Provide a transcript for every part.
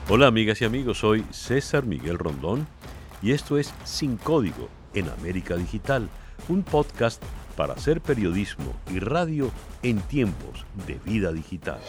Hola amigas y amigos, soy César Miguel Rondón y esto es Sin Código en América Digital, un podcast para hacer periodismo y radio en tiempos de vida digital.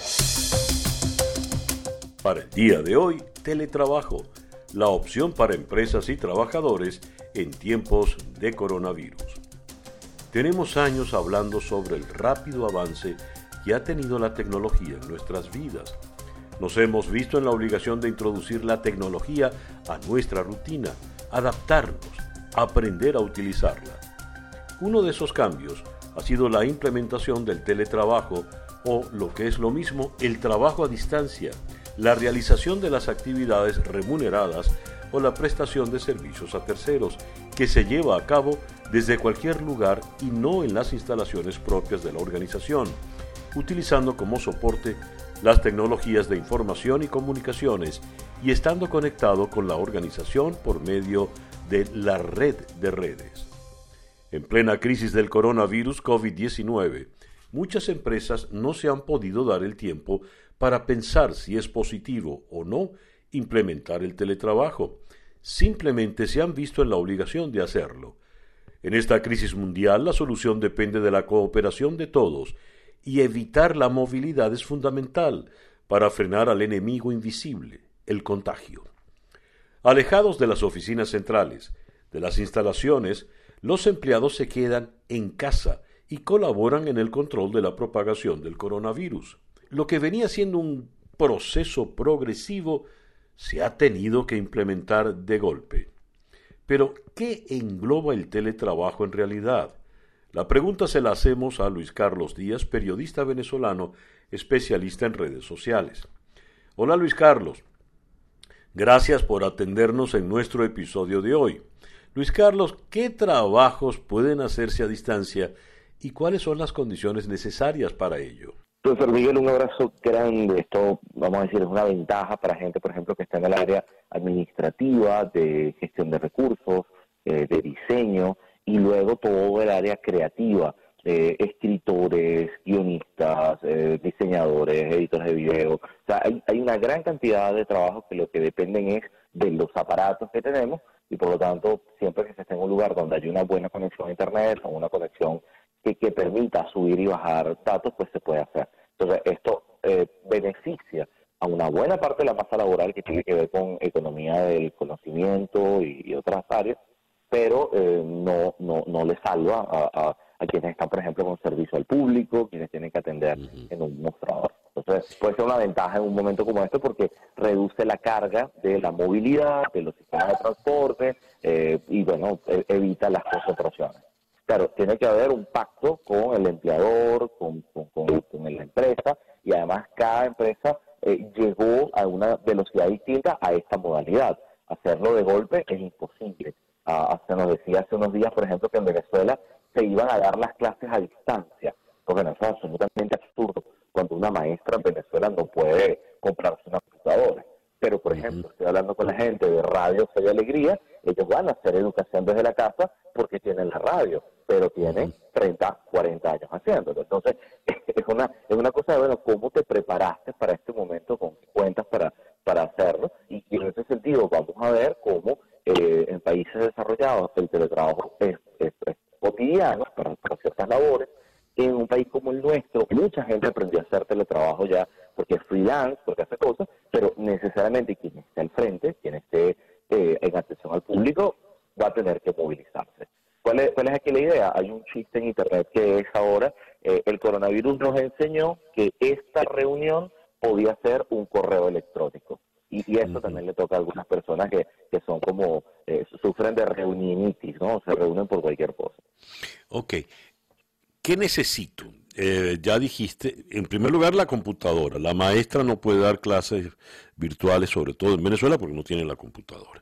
Para el día de hoy, teletrabajo, la opción para empresas y trabajadores en tiempos de coronavirus. Tenemos años hablando sobre el rápido avance que ha tenido la tecnología en nuestras vidas. Nos hemos visto en la obligación de introducir la tecnología a nuestra rutina, adaptarnos, aprender a utilizarla. Uno de esos cambios ha sido la implementación del teletrabajo o, lo que es lo mismo, el trabajo a distancia, la realización de las actividades remuneradas o la prestación de servicios a terceros, que se lleva a cabo desde cualquier lugar y no en las instalaciones propias de la organización, utilizando como soporte las tecnologías de información y comunicaciones y estando conectado con la organización por medio de la red de redes. En plena crisis del coronavirus COVID-19, muchas empresas no se han podido dar el tiempo para pensar si es positivo o no implementar el teletrabajo. Simplemente se han visto en la obligación de hacerlo. En esta crisis mundial, la solución depende de la cooperación de todos, y evitar la movilidad es fundamental para frenar al enemigo invisible, el contagio. Alejados de las oficinas centrales, de las instalaciones, los empleados se quedan en casa y colaboran en el control de la propagación del coronavirus. Lo que venía siendo un proceso progresivo se ha tenido que implementar de golpe. Pero, ¿qué engloba el teletrabajo en realidad? La pregunta se la hacemos a Luis Carlos Díaz, periodista venezolano, especialista en redes sociales. Hola Luis Carlos, gracias por atendernos en nuestro episodio de hoy. Luis Carlos, ¿qué trabajos pueden hacerse a distancia y cuáles son las condiciones necesarias para ello? Profesor Miguel, un abrazo grande. Esto, vamos a decir, es una ventaja para gente, por ejemplo, que está en el área administrativa, de gestión de recursos, de diseño, y luego todo el área creativa, escritores, guionistas, diseñadores, editores de video. O sea, hay una gran cantidad de trabajos que lo que dependen es de los aparatos que tenemos y por lo tanto, siempre que se esté en un lugar donde hay una buena conexión a internet o una conexión que permita subir y bajar datos, pues se puede hacer. Entonces, esto beneficia a una buena parte de la masa laboral que tiene que ver con economía del conocimiento y otras áreas, pero no le salva a quienes están, por ejemplo, con servicio al público, quienes tienen que atender en un mostrador. Entonces, puede ser una ventaja en un momento como este porque reduce la carga de la movilidad, de los sistemas de transporte y, bueno, evita las concentraciones. Claro, tiene que haber un pacto con el empleador, con la empresa, y además cada empresa llegó a una velocidad distinta a esta modalidad. Hacerlo de golpe es imposible. Se nos decía hace unos días, por ejemplo, que en Venezuela se iban a dar las clases a distancia. Pues bueno, eso es absolutamente absurdo cuando una maestra en Venezuela no puede comprarse una computadora. Pero, por ejemplo, estoy hablando con la gente de Radio Fe y Alegría, ellos van a hacer educación desde la casa porque tienen la radio, pero tienen 30, 40 años haciéndolo. Entonces, es una cosa de, bueno, ¿cómo te preparaste para este momento? ¿Con qué cuentas para hacerlo? Y en ese sentido vamos a ver cómo en países desarrollados el teletrabajo es cotidiano para ciertas labores. En un país como el nuestro, mucha gente aprendió a hacer teletrabajo ya porque es freelance, porque hace cosas, pero necesariamente quien esté al frente, quien esté en atención al público, va a tener que movilizarse. ¿Cuál es aquí la idea? Hay un chiste en internet que es ahora, el coronavirus nos enseñó que esta reunión podía ser un correo electrónico. Y eso también le toca a algunas personas que son como, sufren de reunionitis, ¿no? Se reúnen por cualquier cosa. Ok. ¿Qué necesito? Ya dijiste, en primer lugar, la computadora. La maestra no puede dar clases virtuales, sobre todo en Venezuela, porque no tiene la computadora.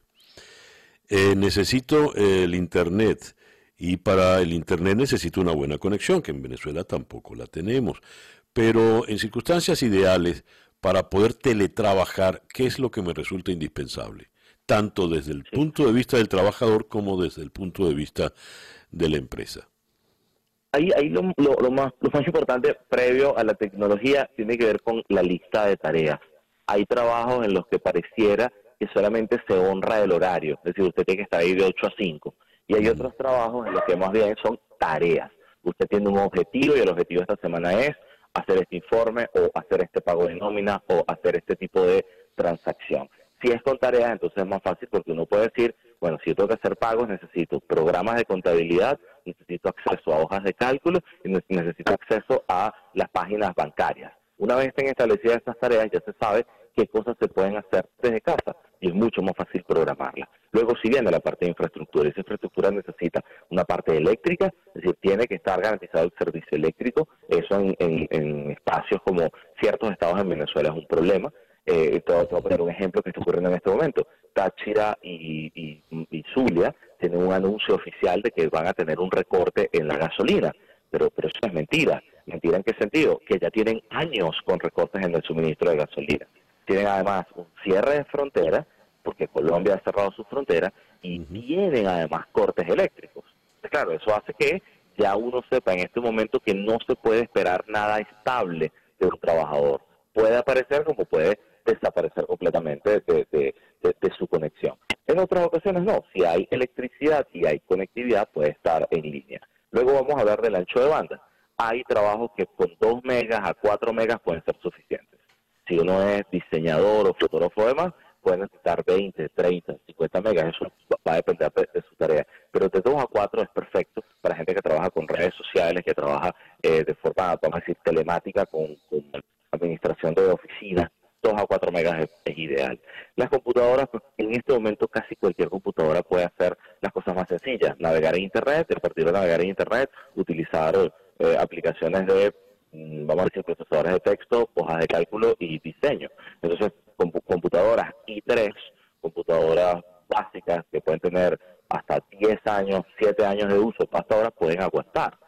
Necesito el Internet. Y para el Internet necesito una buena conexión, que en Venezuela tampoco la tenemos. Pero en circunstancias ideales, para poder teletrabajar, ¿qué es lo que me resulta indispensable? Tanto desde el punto de vista del trabajador como desde el punto de vista de la empresa. Ahí lo más importante previo a la tecnología tiene que ver con la lista de tareas. Hay trabajos en los que pareciera que solamente se honra el horario, es decir, usted tiene que estar ahí de 8 a 5. Y hay otros trabajos en los que más bien son tareas. Usted tiene un objetivo y el objetivo de esta semana es hacer este informe o hacer este pago de nómina o hacer este tipo de transacción. Si es con tareas, entonces es más fácil porque uno puede decir, bueno, si yo tengo que hacer pagos, necesito programas de contabilidad, necesito acceso a hojas de cálculo y necesito acceso a las páginas bancarias. Una vez estén establecidas estas tareas, ya se sabe qué cosas se pueden hacer desde casa y es mucho más fácil programarlas. Luego, si viene la parte de infraestructura, esa infraestructura necesita una parte eléctrica, es decir, tiene que estar garantizado el servicio eléctrico. Eso en espacios como ciertos estados en Venezuela es un problema. Te voy a poner un ejemplo que está ocurriendo en este momento. Táchira y Zulia tienen un anuncio oficial de que van a tener un recorte en la gasolina, pero eso es mentira. ¿Mentira en qué sentido? Que ya tienen años con recortes en el suministro de gasolina. Tienen además un cierre de frontera, porque Colombia ha cerrado sus fronteras, y tienen además cortes eléctricos. Entonces, claro, eso hace que ya uno sepa en este momento que no se puede esperar nada estable de un trabajador. Puede aparecer como puede desaparecer completamente de su conexión. En otras ocasiones no. Si hay electricidad y hay conectividad, puede estar en línea. Luego vamos a hablar del ancho de banda. Hay trabajos que con 2 megas a 4 megas pueden ser suficientes. Si uno es diseñador o fotógrafo además, pueden necesitar 20, 30, 50 megas. Eso va a depender de su tarea. Pero de 2 a 4 es perfecto para gente que trabaja con redes sociales, que trabaja de forma, vamos a decir, telemática con administración de oficinas. 2 a 4 megas es ideal. Las computadoras, pues, en este momento casi cualquier computadora puede hacer las cosas más sencillas. Navegar en Internet, a partir de navegar en Internet, utilizar aplicaciones de, vamos a decir, procesadores de texto, hojas de cálculo y diseño. Entonces, computadoras i3, computadoras básicas que pueden tener hasta 10 años, 7 años de uso, hasta ahora pueden aguantar.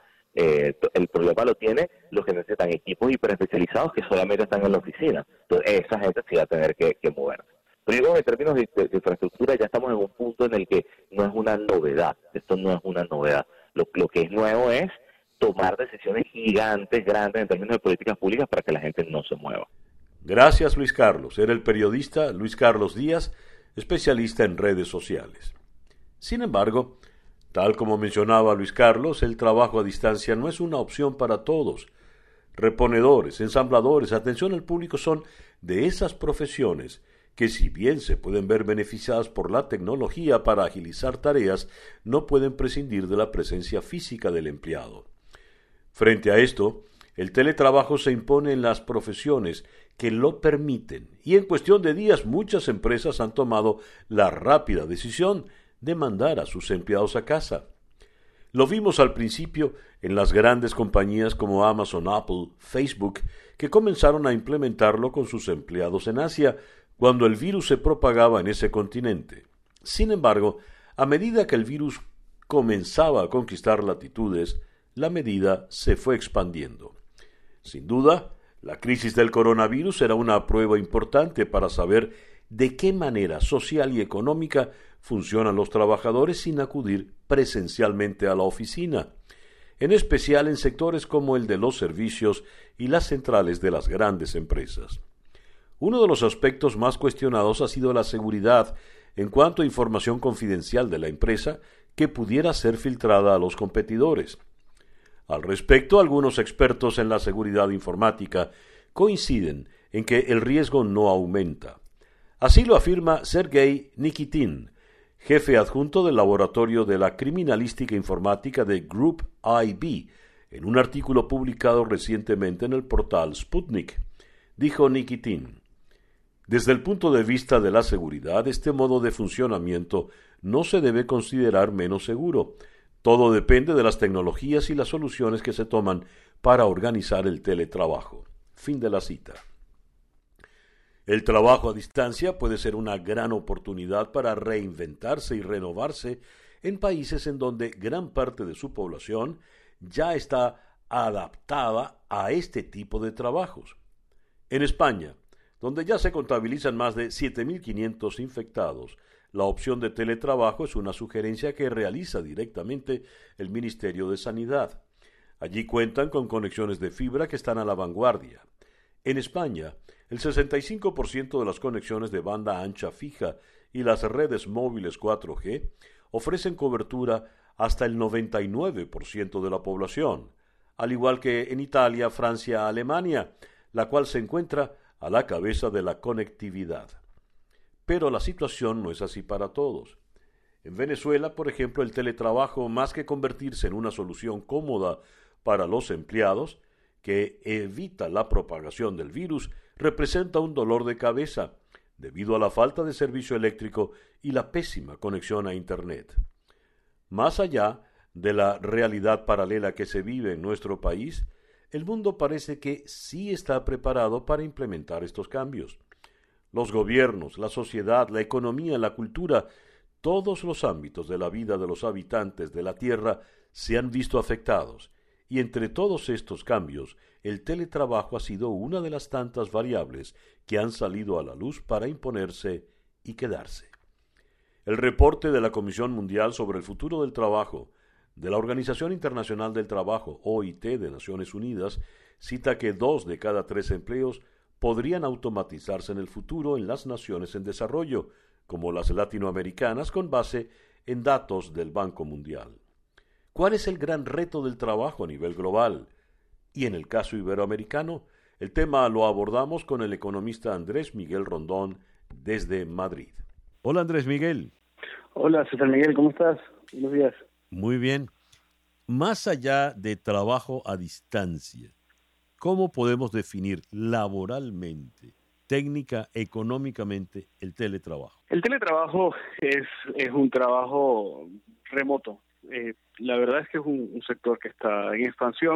El problema lo tiene los que necesitan equipos hiperespecializados que solamente están en la oficina. Entonces, esa gente sí va a tener que moverse. Pero digo, en términos de infraestructura, ya estamos en un punto en el que no es una novedad. Esto no es una novedad. Lo que es nuevo es tomar decisiones gigantes, grandes, en términos de políticas públicas para que la gente no se mueva. Gracias, Luis Carlos. Era el periodista Luis Carlos Díaz, especialista en redes sociales. Sin embargo, tal como mencionaba Luis Carlos, el trabajo a distancia no es una opción para todos. Reponedores, ensambladores, atención al público son de esas profesiones que, si bien se pueden ver beneficiadas por la tecnología para agilizar tareas, no pueden prescindir de la presencia física del empleado. Frente a esto, el teletrabajo se impone en las profesiones que lo permiten y en cuestión de días muchas empresas han tomado la rápida decisión de mandar a sus empleados a casa. Lo vimos al principio en las grandes compañías como Amazon, Apple, Facebook, que comenzaron a implementarlo con sus empleados en Asia cuando el virus se propagaba en ese continente. Sin embargo, a medida que el virus comenzaba a conquistar latitudes, la medida se fue expandiendo. Sin duda, la crisis del coronavirus era una prueba importante para saber de qué manera social y económica funcionan los trabajadores sin acudir presencialmente a la oficina, en especial en sectores como el de los servicios y las centrales de las grandes empresas. Uno de los aspectos más cuestionados ha sido la seguridad en cuanto a información confidencial de la empresa que pudiera ser filtrada a los competidores. Al respecto, algunos expertos en la seguridad informática coinciden en que el riesgo no aumenta. Así lo afirma Sergei Nikitin, jefe adjunto del Laboratorio de la Criminalística Informática de Group IB, en un artículo publicado recientemente en el portal Sputnik. Dijo Nikitin: desde el punto de vista de la seguridad, este modo de funcionamiento no se debe considerar menos seguro. Todo depende de las tecnologías y las soluciones que se toman para organizar el teletrabajo. Fin de la cita. El trabajo a distancia puede ser una gran oportunidad para reinventarse y renovarse en países en donde gran parte de su población ya está adaptada a este tipo de trabajos. En España, donde ya se contabilizan más de 7.500 infectados, la opción de teletrabajo es una sugerencia que realiza directamente el Ministerio de Sanidad. Allí cuentan con conexiones de fibra que están a la vanguardia. En España, El 65% de las conexiones de banda ancha fija y las redes móviles 4G ofrecen cobertura hasta el 99% de la población, al igual que en Italia, Francia, Alemania, la cual se encuentra a la cabeza de la conectividad. Pero la situación no es así para todos. En Venezuela, por ejemplo, el teletrabajo, más que convertirse en una solución cómoda para los empleados, que evita la propagación del virus, representa un dolor de cabeza, debido a la falta de servicio eléctrico y la pésima conexión a Internet. Más allá de la realidad paralela que se vive en nuestro país, el mundo parece que sí está preparado para implementar estos cambios. Los gobiernos, la sociedad, la economía, la cultura, todos los ámbitos de la vida de los habitantes de la Tierra se han visto afectados, y entre todos estos cambios, el teletrabajo ha sido una de las tantas variables que han salido a la luz para imponerse y quedarse. El reporte de la Comisión Mundial sobre el Futuro del Trabajo, de la Organización Internacional del Trabajo, OIT, de Naciones Unidas, cita que 2 de cada 3 empleos podrían automatizarse en el futuro en las naciones en desarrollo, como las latinoamericanas, con base en datos del Banco Mundial. ¿Cuál es el gran reto del trabajo a nivel global? Y en el caso iberoamericano, el tema lo abordamos con el economista Andrés Miguel Rondón desde Madrid. Hola Andrés Miguel. Hola César Miguel, ¿cómo estás? Buenos días. Muy bien. Más allá de trabajo a distancia, ¿cómo podemos definir laboralmente, técnica, económicamente, el teletrabajo? El teletrabajo es un trabajo remoto. La verdad es que es un sector que está en expansión,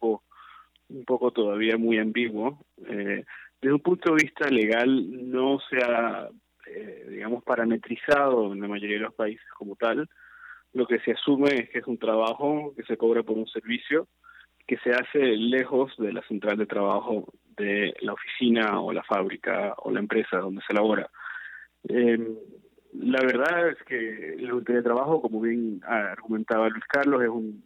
un poco todavía muy ambiguo. Desde un punto de vista legal no se ha, digamos, parametrizado en la mayoría de los países como tal. Lo que se asume es que es un trabajo que se cobra por un servicio que se hace lejos de la central de trabajo de la oficina o la fábrica o la empresa donde se elabora. La verdad es que el teletrabajo, como bien argumentaba Luis Carlos,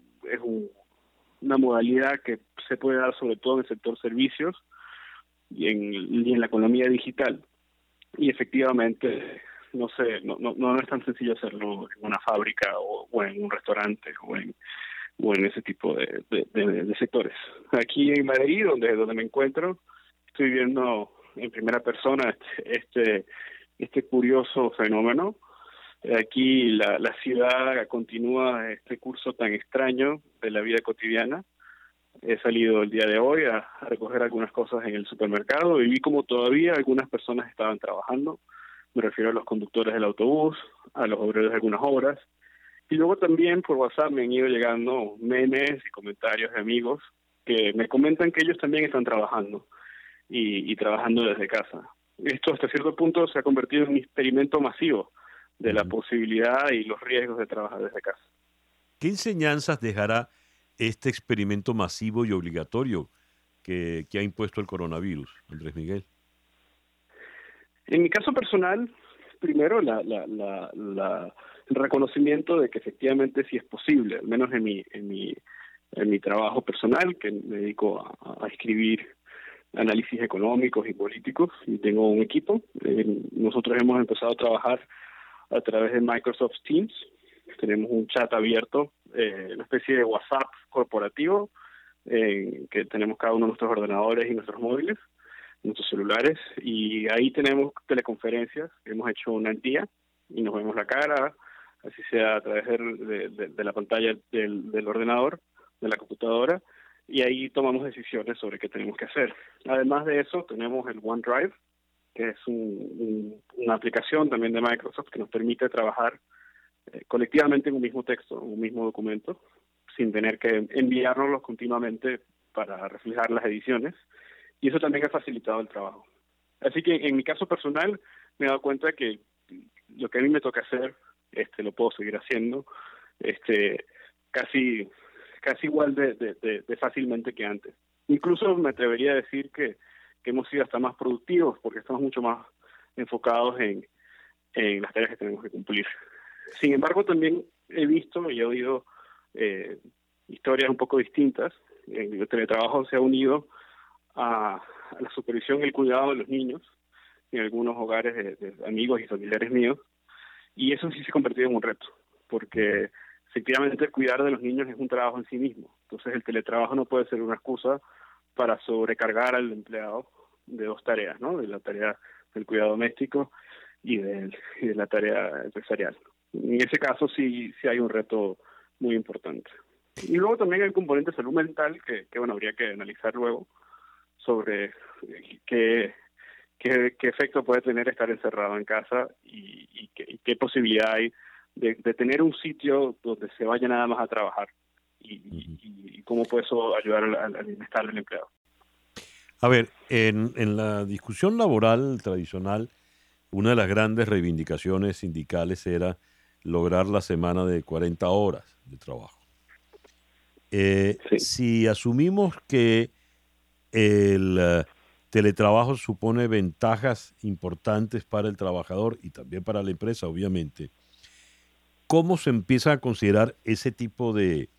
una modalidad que se puede dar sobre todo en el sector servicios y en la economía digital. Y efectivamente no es tan sencillo hacerlo en una fábrica o en un restaurante o en ese tipo de sectores. Aquí en Madrid, donde me encuentro, estoy viendo en primera persona este curioso fenómeno. Aquí la ciudad continúa este curso tan extraño de la vida cotidiana. He salido el día de hoy a recoger algunas cosas en el supermercado y vi como todavía algunas personas estaban trabajando. Me refiero a los conductores del autobús, a los obreros de algunas obras. Y luego también por WhatsApp me han ido llegando memes y comentarios de amigos que me comentan que ellos también están trabajando y trabajando desde casa. Esto hasta cierto punto se ha convertido en un experimento masivo de la posibilidad y los riesgos de trabajar desde casa. ¿Qué enseñanzas dejará este experimento masivo y obligatorio que ha impuesto el coronavirus, Andrés Miguel? En mi caso personal, primero el reconocimiento de que efectivamente sí es posible, al menos en mi trabajo personal, que me dedico a escribir análisis económicos y políticos, y tengo un equipo. Nosotros hemos empezado a trabajar a través de Microsoft Teams. Tenemos un chat abierto, una especie de WhatsApp corporativo, que tenemos cada uno de nuestros ordenadores y nuestros móviles, nuestros celulares, y ahí tenemos teleconferencias. Hemos hecho una al día y nos vemos la cara, así sea a través de la pantalla del ordenador, de la computadora, y ahí tomamos decisiones sobre qué tenemos que hacer. Además de eso, tenemos el OneDrive, que es una aplicación también de Microsoft que nos permite trabajar colectivamente en un mismo texto, en un mismo documento, sin tener que enviárnoslos continuamente para reflejar las ediciones, y eso también ha facilitado el trabajo. Así que en mi caso personal me he dado cuenta que lo que a mí me toca hacer, lo puedo seguir haciendo, casi igual de fácilmente que antes. Incluso me atrevería a decir que hemos sido hasta más productivos porque estamos mucho más enfocados en las tareas que tenemos que cumplir. Sin embargo, también he visto y he oído historias un poco distintas. El teletrabajo se ha unido a la supervisión y el cuidado de los niños en algunos hogares de amigos y familiares míos, y eso sí se ha convertido en un reto, porque efectivamente cuidar de los niños es un trabajo en sí mismo. Entonces el teletrabajo no puede ser una excusa para sobrecargar al empleado de dos tareas, ¿no? De la tarea del cuidado doméstico y de la tarea empresarial. En ese caso sí hay un reto muy importante. Y luego también hay un componente de salud mental que bueno, habría que analizar luego sobre qué efecto puede tener estar encerrado en casa y qué posibilidad hay de tener un sitio donde se vaya nada más a trabajar y cómo puede eso ayudar al bienestar del empleado. A ver, en la discusión laboral tradicional, una de las grandes reivindicaciones sindicales era lograr la semana de 40 horas de trabajo. Sí. Si asumimos que el teletrabajo supone ventajas importantes para el trabajador y también para la empresa, obviamente, ¿cómo se empieza a considerar ese tipo de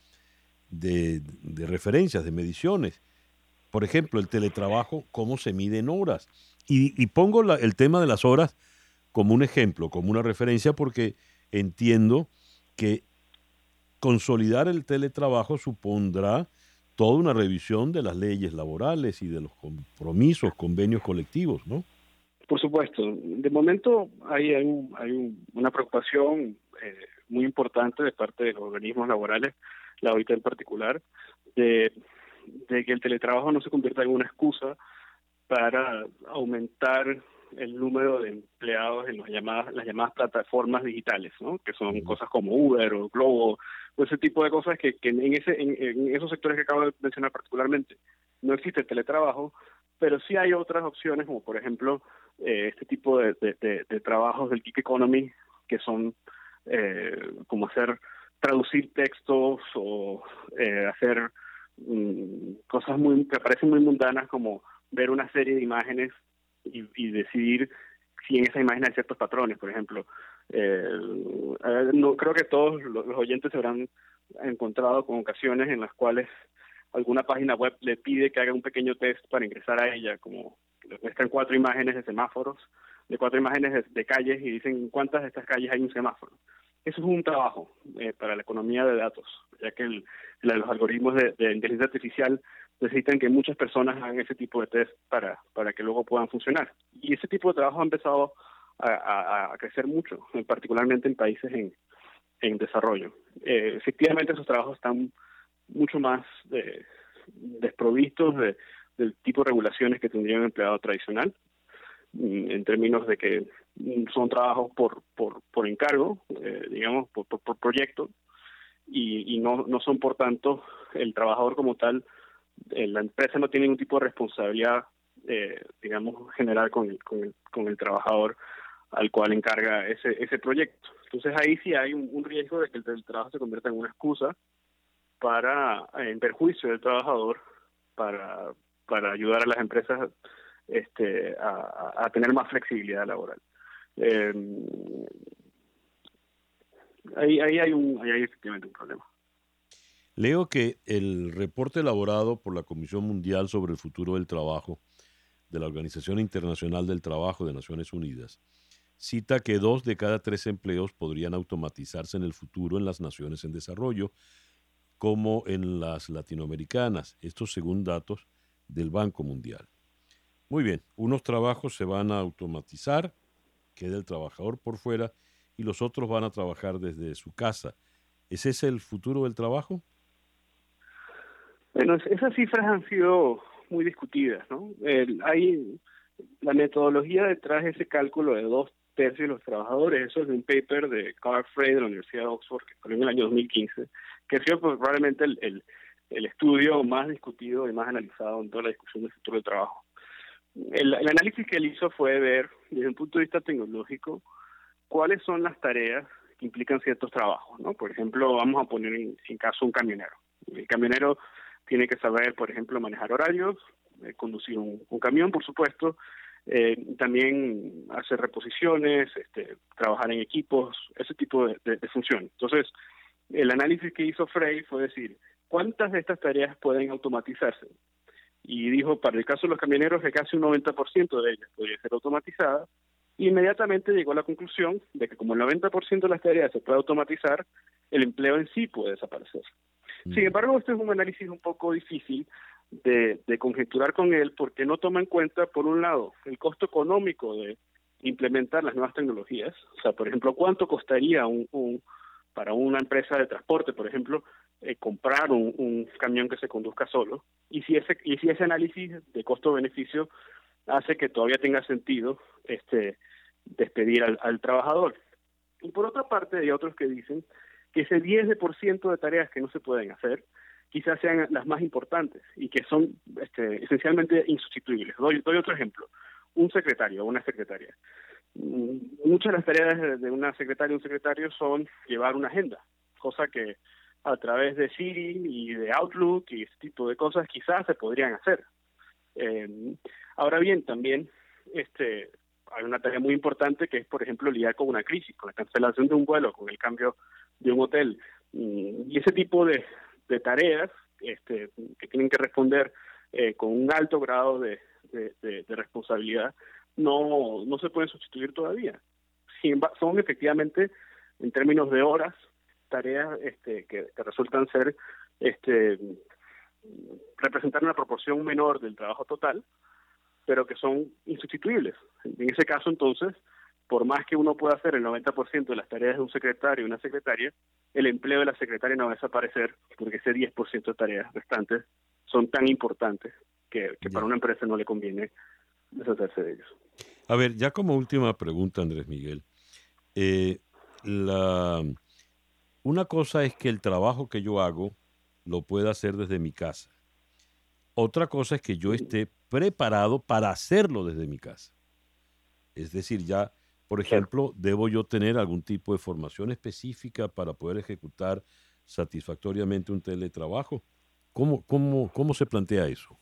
referencias, de mediciones? Por ejemplo, el teletrabajo, ¿cómo se mide en horas? Y pongo el tema de las horas como un ejemplo, como una referencia, porque entiendo que consolidar el teletrabajo supondrá toda una revisión de las leyes laborales y de los compromisos, convenios colectivos, ¿no? Por supuesto. De momento hay una preocupación muy importante de parte de los organismos laborales, la OIT en particular, de que el teletrabajo no se convierta en una excusa para aumentar el número de empleados en las llamadas plataformas digitales, ¿no? Que son cosas como Uber o Globo, o ese tipo de cosas que en esos sectores que acabo de mencionar particularmente no existe el teletrabajo, pero sí hay otras opciones, como por ejemplo este tipo de trabajos del gig economy, que son como traducir textos o hacer cosas que parecen muy mundanas, como ver una serie de imágenes y decidir si en esa imagen hay ciertos patrones. Por ejemplo, no creo que todos los oyentes se habrán encontrado con ocasiones en las cuales alguna página web le pide que haga un pequeño test para ingresar a ella, como están 4 imágenes de semáforos, de 4 imágenes de calles, y dicen cuántas de estas calles hay un semáforo. Eso es un trabajo para la economía de datos, ya que los algoritmos de inteligencia artificial necesitan que muchas personas hagan ese tipo de test para que luego puedan funcionar. Y ese tipo de trabajo ha empezado a crecer mucho, particularmente en países en desarrollo. Efectivamente, esos trabajos están mucho más desprovistos del tipo de regulaciones que tendría un empleado tradicional, en términos de que son trabajos por encargo, digamos, por proyecto, y no son, por tanto, el trabajador como tal. La empresa no tiene ningún tipo de responsabilidad, digamos, general con el trabajador al cual encarga ese proyecto. Entonces ahí sí hay un riesgo de que el trabajo se convierta en una excusa en perjuicio del trabajador para ayudar a las empresas a tener más flexibilidad laboral. Ahí hay efectivamente un problema. Leo que el reporte elaborado por la Comisión Mundial sobre el Futuro del Trabajo de la Organización Internacional del Trabajo de Naciones Unidas cita que 2 de cada 3 empleos podrían automatizarse en el futuro en las naciones en desarrollo, como en las latinoamericanas, esto según datos del Banco Mundial. Muy bien, unos trabajos se van a automatizar, queda el trabajador por fuera y los otros van a trabajar desde su casa. ¿Es ese el futuro del trabajo? Bueno, esas cifras han sido muy discutidas, ¿no? Hay la metodología detrás de ese cálculo de 2/3 de los trabajadores. Eso es de un paper de Carl Frey de la Universidad de Oxford, que salió en el año 2015, que ha sido probablemente el estudio más discutido y más analizado en toda la discusión del futuro del trabajo. El análisis que él hizo fue ver, desde un punto de vista tecnológico, cuáles son las tareas que implican ciertos trabajos, ¿no? Por ejemplo, vamos a poner en caso un camionero. El camionero tiene que saber, por ejemplo, manejar horarios, conducir un camión, por supuesto, también hacer reposiciones, trabajar en equipos, ese tipo de funciones. Entonces, el análisis que hizo Frey fue decir, ¿cuántas de estas tareas pueden automatizarse? y dijo para el caso de los camioneros que casi un 90% de ellas podría ser automatizada, y inmediatamente llegó a la conclusión de que como el 90% de las tareas se puede automatizar, el empleo en sí puede desaparecer. Sin embargo, este es un análisis un poco difícil de conjeturar con él porque no toma en cuenta, por un lado, el costo económico de implementar las nuevas tecnologías. O sea, por ejemplo, ¿cuánto costaría para una empresa de transporte, por ejemplo, comprar un camión que se conduzca solo? Y si ese análisis de costo-beneficio hace que todavía tenga sentido despedir al trabajador. Y por otra parte, hay otros que dicen que ese 10% de tareas que no se pueden hacer quizás sean las más importantes y que son esencialmente insustituibles. Doy otro ejemplo. Un secretario o una secretaria. Muchas de las tareas de una secretaria o un secretario son llevar una agenda, cosa que a través de Siri y de Outlook y ese tipo de cosas quizás se podrían hacer. Ahora bien, también hay una tarea muy importante que es, por ejemplo, lidiar con una crisis, con la cancelación de un vuelo, con el cambio de un hotel. Y ese tipo de tareas que tienen que responder con un alto grado de responsabilidad no se pueden sustituir todavía. Son efectivamente, en términos de horas, tareas que resultan ser representar una proporción menor del trabajo total, pero que son insustituibles. En ese caso, entonces, por más que uno pueda hacer el 90% de las tareas de un secretario y una secretaria, el empleo de la secretaria no va a desaparecer porque ese 10% de tareas restantes son tan importantes que para una empresa no le conviene deshacerse de ellos. A ver, ya como última pregunta, Andrés Miguel, una cosa es que el trabajo que yo hago lo pueda hacer desde mi casa. Otra cosa es que yo esté preparado para hacerlo desde mi casa. Es decir, ya, por ejemplo, ¿debo yo tener algún tipo de formación específica para poder ejecutar satisfactoriamente un teletrabajo? ¿Cómo se plantea eso?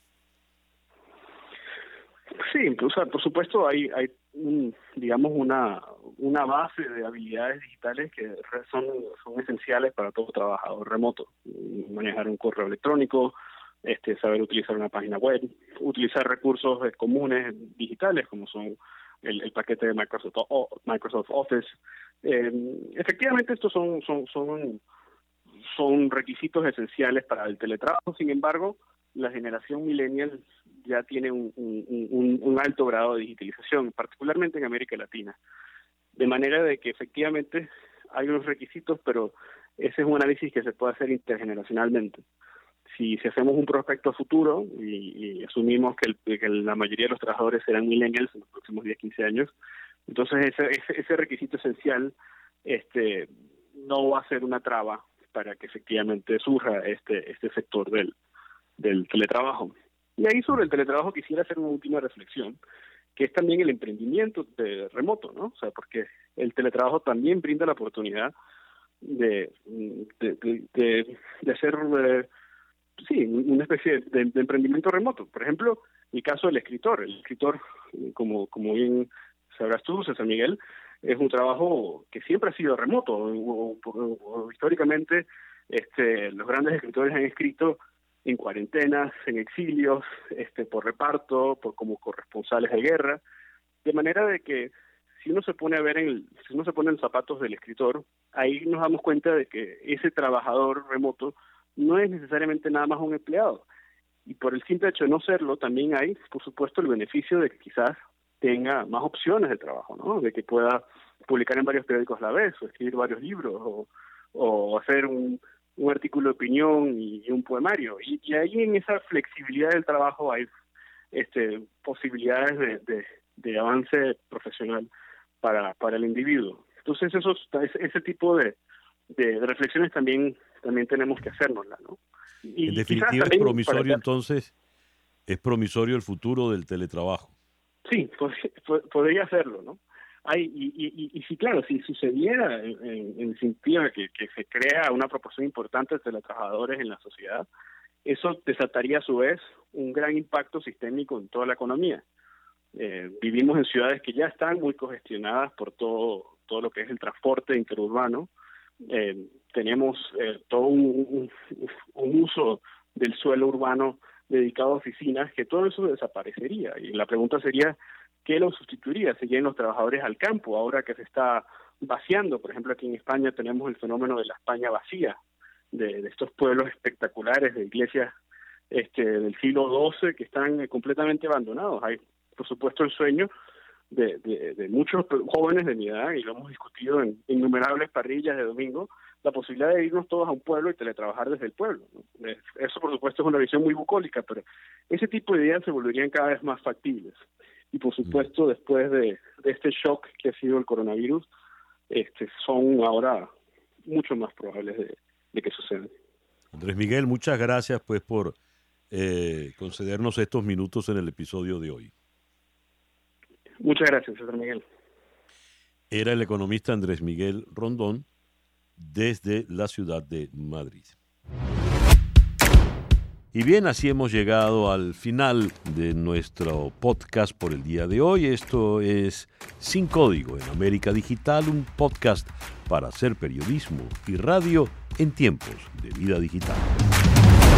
Sí, o sea, por supuesto hay digamos una base de habilidades digitales que son esenciales para todo trabajador remoto. Manejar un correo electrónico, saber utilizar una página web, utilizar recursos comunes digitales como son el paquete de Microsoft Office. Efectivamente, estos son requisitos esenciales para el teletrabajo. Sin embargo, la generación millennial ya tiene un alto grado de digitalización, particularmente en América Latina. De manera de que efectivamente hay unos requisitos, pero ese es un análisis que se puede hacer intergeneracionalmente. Si hacemos un prospecto a futuro y asumimos que la mayoría de los trabajadores serán millennials en los próximos 10, 15 años, entonces ese requisito esencial no va a ser una traba para que efectivamente surja este sector del teletrabajo. Y ahí sobre el teletrabajo quisiera hacer una última reflexión, que es también el emprendimiento de remoto, ¿no? O sea, porque el teletrabajo también brinda la oportunidad de hacer una especie de emprendimiento remoto. Por ejemplo, el caso del escritor. El escritor, como bien sabrás tú, César Miguel, es un trabajo que siempre ha sido remoto. O históricamente, los grandes escritores han escrito en cuarentenas, en exilios, por reparto, como corresponsales de guerra, de manera de que si uno se pone en los zapatos del escritor, ahí nos damos cuenta de que ese trabajador remoto no es necesariamente nada más un empleado. Y por el simple hecho de no serlo, también hay, por supuesto, el beneficio de que quizás tenga más opciones de trabajo, ¿no? De que pueda publicar en varios periódicos a la vez, o escribir varios libros, o hacer un artículo de opinión y un poemario. Y ahí en esa flexibilidad del trabajo hay posibilidades de avance profesional para el individuo. Entonces ese tipo de reflexiones también tenemos que hacérnoslas, ¿no? Y en definitiva es promisorio entonces, es promisorio el futuro del teletrabajo. Sí, podría hacerlo, ¿no? Y sí, claro, si sucediera en el sentido de que se crea una proporción importante de teletrabajadores en la sociedad, eso desataría a su vez un gran impacto sistémico en toda la economía. Vivimos en ciudades que ya están muy congestionadas por todo lo que es el transporte interurbano. Tenemos todo un uso del suelo urbano dedicado a oficinas, que todo eso desaparecería. Y la pregunta sería, ¿qué lo sustituiría? ¿Serían los trabajadores al campo, ahora que se está vaciando? Por ejemplo, aquí en España tenemos el fenómeno de la España vacía, de estos pueblos espectaculares de iglesias del siglo XII que están completamente abandonados. Hay, por supuesto, el sueño de muchos jóvenes de mi edad, y lo hemos discutido en innumerables parrillas de domingo, la posibilidad de irnos todos a un pueblo y teletrabajar desde el pueblo, ¿no? Eso, por supuesto, es una visión muy bucólica, pero ese tipo de ideas se volverían cada vez más factibles. Y, por supuesto, después de este shock que ha sido el coronavirus, son ahora mucho más probables de que sucedan. Andrés Miguel, muchas gracias pues por concedernos estos minutos en el episodio de hoy. Muchas gracias, César Miguel. Era el economista Andrés Miguel Rondón desde la ciudad de Madrid. Y bien, así hemos llegado al final de nuestro podcast por el día de hoy. Esto es Sin Código en América Digital, un podcast para hacer periodismo y radio en tiempos de vida digital.